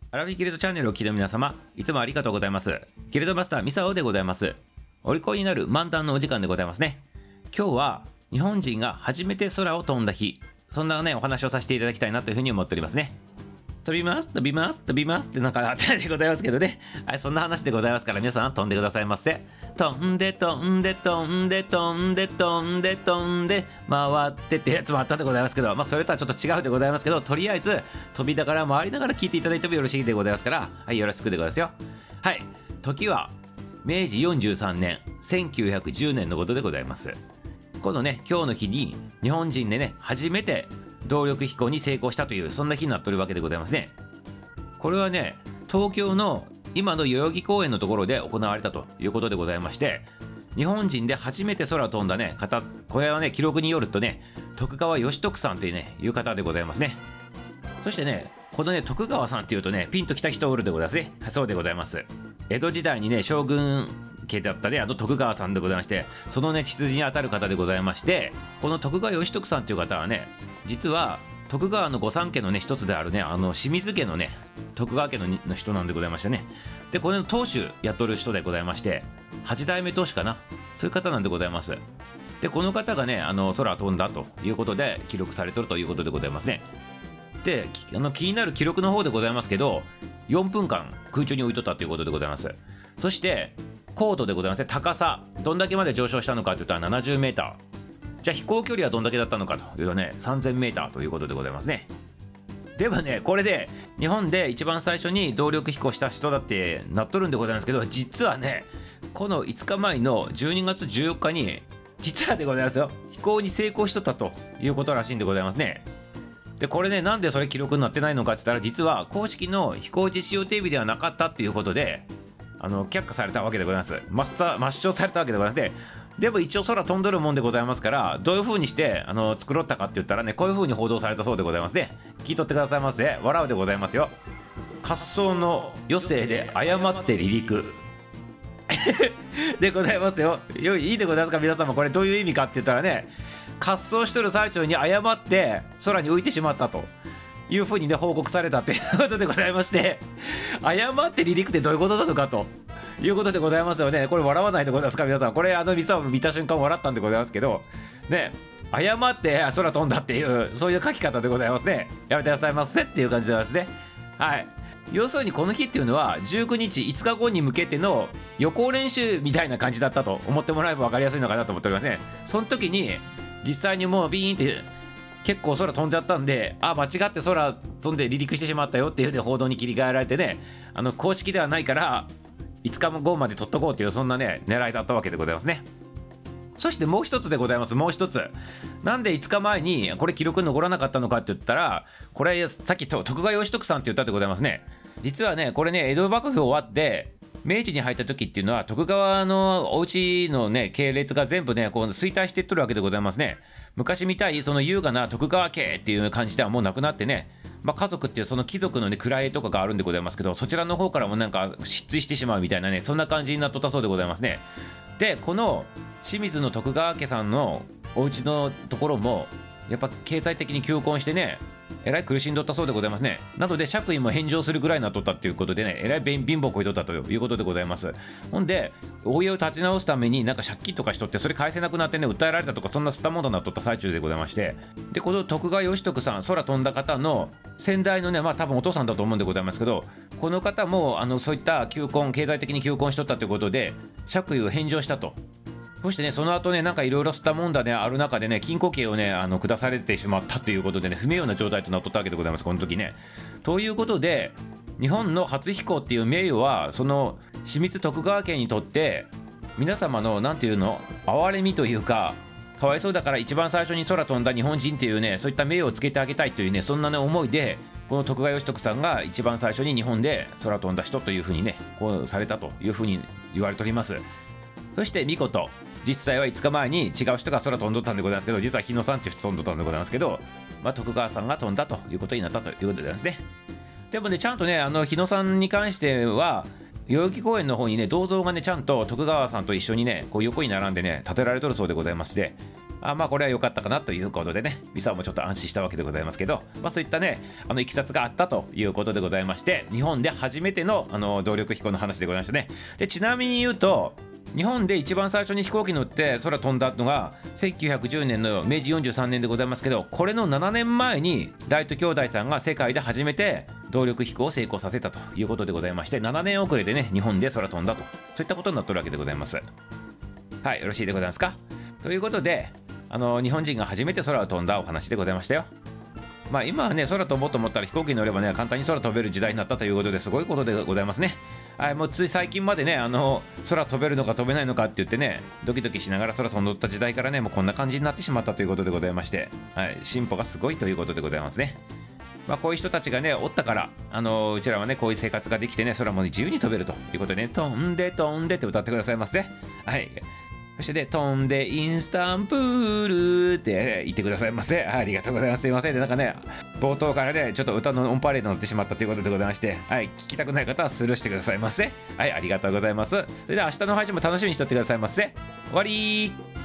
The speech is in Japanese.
アラビキルトチャンネルを聞きの皆様、いつもありがとうございます。キルトマスターミサオでございます。お利口になる漫談のお時間でございますね。今日は日本人が初めて空を飛んだ日、そんなねお話をさせていただきたいなというふうに思っておりますね。飛びます飛びます飛びますってなんかあったでございますけどね、はい、そんな話でございますから皆さん飛んでくださいませ。飛んで飛んで飛んで飛んで飛んで飛んで回ってってやつもあったでございますけど、それとはちょっと違うでございますけど、とりあえず飛びながら回りながら聞いていただいてもよろしいでございますから、はい、よろしくでございますよ。はい、時は明治43年1910年のことでございます。このね今日の日に日本人でね初めて動力飛行に成功したという、そんな日になっておるわけでございますね。これはね東京の今の代々木公園のところで行われたということでございまして、日本人で初めて空を飛んだね方、これはね記録によるとね徳川義徳さんというねいう方でございますね。そしてねこのね徳川さんっていうとねピンときた人おるでございますね。そうでございます。江戸時代にね将軍家だったね徳川さんでございまして、そのね血筋にあたる方でございまして、この徳川義徳さんという方はね実は徳川の御三家のね一つであるね清水家のね徳川家の人なんでございましてね。でこれの当主やっとる人でございまして、8代目当主かな、そういう方なんでございます。でこの方がね空を飛んだということで記録されてるということでございますね。で気になる記録の方でございますけど、4分間空中に浮いとったということでございます。そして高度でございますね、高さどんだけまで上昇したのかといったら70メーター。じゃあ飛行距離はどんだけだったのかというとね3000メーターということでございますね。ではねこれで日本で一番最初に動力飛行した人だってなっとるんでございますけど、実はねこの5日前の12月14日に実はでございますよ飛行に成功しとったということらしいんでございますね。でこれねなんでそれ記録になってないのかって言ったら、実は公式の飛行実施予定日ではなかったっていうことで却下されたわけでございます。抹消されたわけでございます。でも一応空飛んどるもんでございますから、どういう風にして作ろったかって言ったらねこういう風に報道されたそうでございますね。聞いとってくださいませ。笑うでございますよ。滑走の余生で誤って離陸でございますよ。いいでございますか皆様。これどういう意味かって言ったらね、滑走しとる最中に誤って空に浮いてしまったというふうにね報告されたということでございまして、誤って離陸ってどういうことなのかということでございますよね。これ笑わないでございますか皆さん。これミサを見た瞬間笑ったんでございますけどね、誤って空飛んだっていうそういう書き方でございますね。やめてくださいませっていう感じでございますね。はい、要するにこの日っていうのは19日5日後に向けての予行練習みたいな感じだったと思ってもらえば分かりやすいのかなと思っておりますね。その時に実際にもうビーンって結構空飛んじゃったんで、間違って空飛んで離陸してしまったよっていうで報道に切り替えられてね、公式ではないから5日後まで取っとこうというそんなね狙いだったわけでございますね。そしてもう一つでございます。もう一つなんで5日前にこれ記録に残らなかったのかって言ったら、これさっき徳川義徳さんって言ったでございますね。実はねこれね江戸幕府終わって明治に入った時っていうのは徳川のお家のね系列が全部ねこう衰退していっとるわけでございますね。昔みたいその優雅な徳川家っていう感じではもうなくなってね、家族っていうその貴族のね位とかがあるんでございますけど、そちらの方からもなんか失墜してしまうみたいなねそんな感じになっとったそうでございますね。でこの清水の徳川家さんのお家のところもやっぱ経済的に窮困してねえらい苦しんどったそうでございますね。なので借金も返上するぐらいになっとったっていうことでねえらい貧乏こいとったということでございます。ほんでお家を立て直すためになんか借金とかしとってそれ返せなくなってね訴えられたとかそんなすったものになっとった最中でございまして、でこの徳川義徳さん空飛んだ方の先代のね多分お父さんだと思うんでございますけど、この方もそういった経済的に窮困しとったということで借金を返上したと。そしてねその後ねなんかいろいろ吸ったもんだねある中でね禁錮刑をね下されてしまったということでね不名誉な状態となっとったわけでございますこの時ね。ということで日本の初飛行っていう名誉はその清水徳川家にとって皆様のなんていうの哀れみというか、かわいそうだから一番最初に空飛んだ日本人っていうねそういった名誉をつけてあげたいというねそんなね思いでこの徳川義徳さんが一番最初に日本で空飛んだ人というふうにねこうされたというふうに言われております。そして見事実際は5日前に違う人が空飛んどったんでございますけど、実は日野さんっていう人飛んどったんでございますけど、徳川さんが飛んだということになったということでございますね。でもねちゃんとね日野さんに関しては代々木公園の方にね銅像がねちゃんと徳川さんと一緒にねこう横に並んでね建てられとるそうでございまして、 まあこれは良かったかなということでね、ミサもちょっと安心したわけでございますけど、そういったねいきさつがあったということでございまして、日本で初めての動力飛行の話でございましたね。でちなみに言うと、日本で一番最初に飛行機乗って空飛んだのが1910年の明治43年でございますけど、これの7年前にライト兄弟さんが世界で初めて動力飛行を成功させたということでございまして、7年遅れでね日本で空飛んだと、そういったことになってるわけでございます。はい、よろしいでございますか。ということで日本人が初めて空を飛んだお話でございましたよ。今はね空飛ぼうと思ったら飛行機に乗ればね簡単に空飛べる時代になったということで、すごいことでございますね。はい、もうつい最近までね空飛べるのか飛べないのかって言ってねドキドキしながら空飛んどった時代からね、もうこんな感じになってしまったということでございまして、はい、進歩がすごいということでございますね。こういう人たちがねおったからうちらはねこういう生活ができてね、空も自由に飛べるということでね、飛んで飛んでって歌ってくださいませ。はい、そしてね、飛んでインスタンプールって言ってくださいませ。ありがとうございます。すいません。なんかね、冒頭からね、ちょっと歌のオンパレードになってしまったということでございまして、はい、聞きたくない方はスルーしてくださいませ。はい、ありがとうございます。それでは明日の配信も楽しみにしておってくださいませ。終わりー。